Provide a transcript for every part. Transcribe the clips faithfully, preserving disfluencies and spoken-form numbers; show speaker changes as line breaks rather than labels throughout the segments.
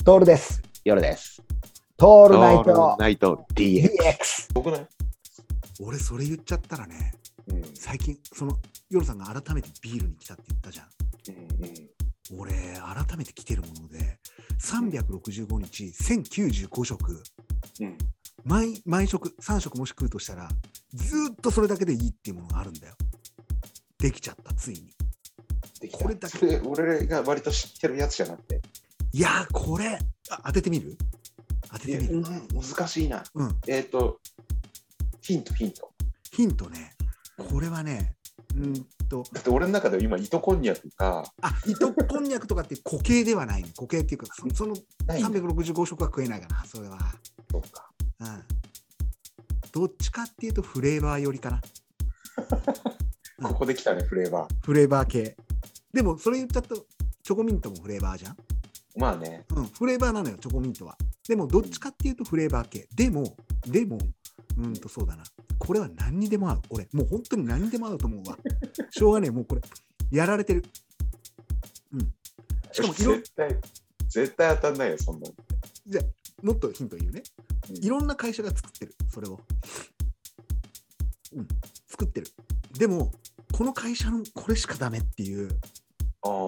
トールです。
夜です。
トールナイト
ナイト ディーエックス。
僕ね、俺それ言っちゃったらね、うん、最近その夜さんが改めてビールに来たって言ったじゃん。うんうん、俺改めて来てるものでさんびゃくろくじゅうごにちせんきゅうじゅうごしょく、うん、毎, 毎食さんしょくもし食うとしたらずっとそれだけでいいっていうものがあるんだよ。できちゃったついに。
できた。これだけそれ俺が割と知ってるやつじゃなくて。
いやこれ当ててみる当ててみる、うん、
難しいな、うん、えっ、ー、とヒントヒント
ヒントね、これはね、うんと
だって俺の中では今糸こんにゃくか
あ糸こんにゃくとかって固形ではない、ね、固形っていうか そ, そのさんびゃくろくじゅうごしょくは食えないかな、それは。
そうか、
うん、どっちかっていうとフレーバー寄りかな
ここできたね、フレーバー
フレーバー系。でもそれ言っちゃうとチョコミントもフレーバーじゃん。
まあね、
うん、フレーバーなのよチョコミントは。でもどっちかっていうとフレーバー系。でもでもうんとそうだな、これは何にでも合う。俺もう本当に何にでも合うと思うわしょうがねえ、もうこれやられてる。うん。しかも色
絶対絶対当たんないよそんなの。
じゃあもっとヒント言うね、うん、いろんな会社が作ってるそれを、うん、作ってる。でもこの会社のこれしかダメっていう。
ああ、うん、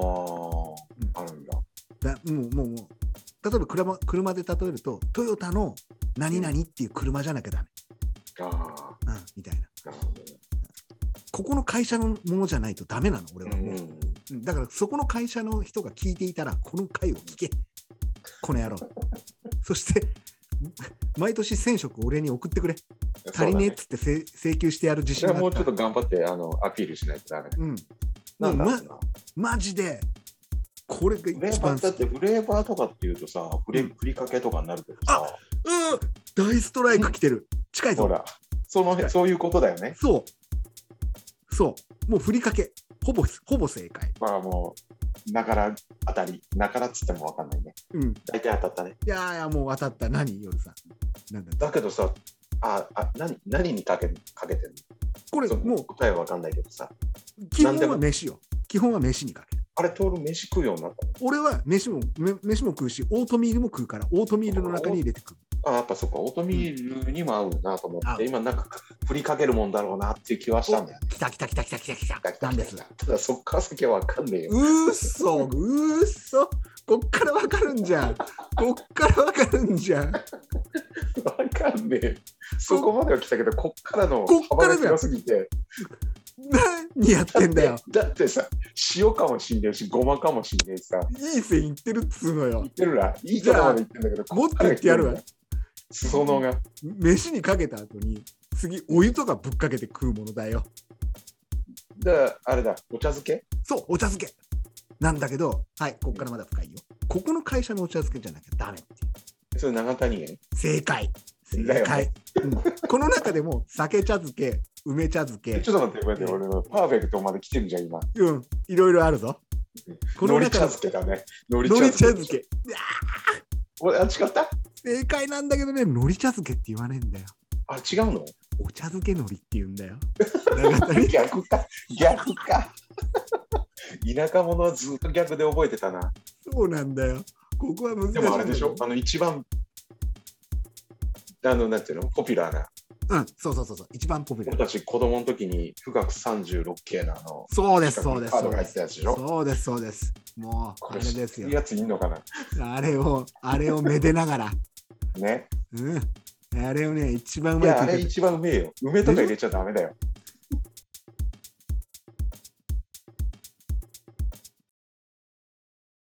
あるんだ。
だもうもうもう例えば 車, 車で例えるとトヨタの何々っていう車じゃなきゃダメ、うん、あ、うん、みたいな。ここの会社のものじゃないとダメなの俺はもう、うん、だからそこの会社の人が聞いていたらこの回を聞けこの野郎そして毎年せんしょく俺に送ってくれ、足りねえっつってせ請求してやる自信があった。
もうちょっと頑張ってあのアピールしないとダメ。うん、
なんだろうな、ま、マジでこれが一番
だってフレーバーとかっていうとさ、フレ、うん、ふりかけとかになるけどさ、
あ、うん、大ストライク来てる、近いぞ。
ほら、そのそういうことだよね。
そうそうもうふりかけほぼほぼ正解。
まあもうなから当たり、なからっつっても分かんないね。うん、大体当たったね。
いやいやもう当たった。何夜さんなんだ
だけどさ、ああ何何にかけかけてるの？
これもう
答えは分かんないけどさ、
基本は飯よ。基本は飯にかける。
あれ、トール飯食うようになったの？
俺は飯も飯も食うし、オートミールも食うから、オートミールの中に入れて食う。
あ、やっぱそっか、オートミールにも合うなと思って、うん、今なんか振りかけるもんだろうなっていう気はしたんだよね。
きたきたきたきたきたきたなんです。
ただそっから先は分かんねえよ。
うーそううーそこっから分かるんじゃん。こっから分かるんじゃん。
分かんねえ。そこまでは来たけど、こっからの幅が広すぎて。
何やってんだよ。
だって、だってさ、塩かもしんねえし、ごまかもしんねえしさ。
いい線いってるっつうのよ。
いってるら、いいとこまでいってんだけど、
もっと言ってやるわ。
裾野が。
飯にかけた後に、次、お湯とかぶっかけて食うものだよ。
だから、あれだ、お茶漬け？
そう、お茶漬け。なんだけど、はい、こっからまだ深いよ。ここの会社のお茶漬けじゃなきゃダメっていう。
それ長谷園？
正解。正解、ね、うん。この中でも、酒茶漬け、梅茶漬け。
ちょっと待って、待って、俺のパーフェクトまで来てるじゃん、今。
うん、いろいろあるぞ。
この中の海苔茶漬けだね。
海苔茶漬け。
俺、あ、違った？
正解なんだけどね、海苔茶漬けって言わねえんだよ。
あ、違うの？
お茶漬け海苔って言うんだよ。
逆か、逆か。田舎者はずっと逆で覚えてたな。
そうなんだよ。ここは難しい。
でもあれでしょ、あの一番、あの、なんていうの、ポピュラーな。
うん、そうそうそうそう、一番ポピュラー。
私、子供の時に、富岳さんじゅうろっけいのあの、
そうです、そうです。
カードが入ってたやつでしょ。
そうです、そうです。もう、あれですよ。
いいやついんのかな。
あれを、あれをめでながら。
ね。
うん。あれをね、一番うまい。い
や、あれ一番うめえよ。梅とか入れちゃダメだよ。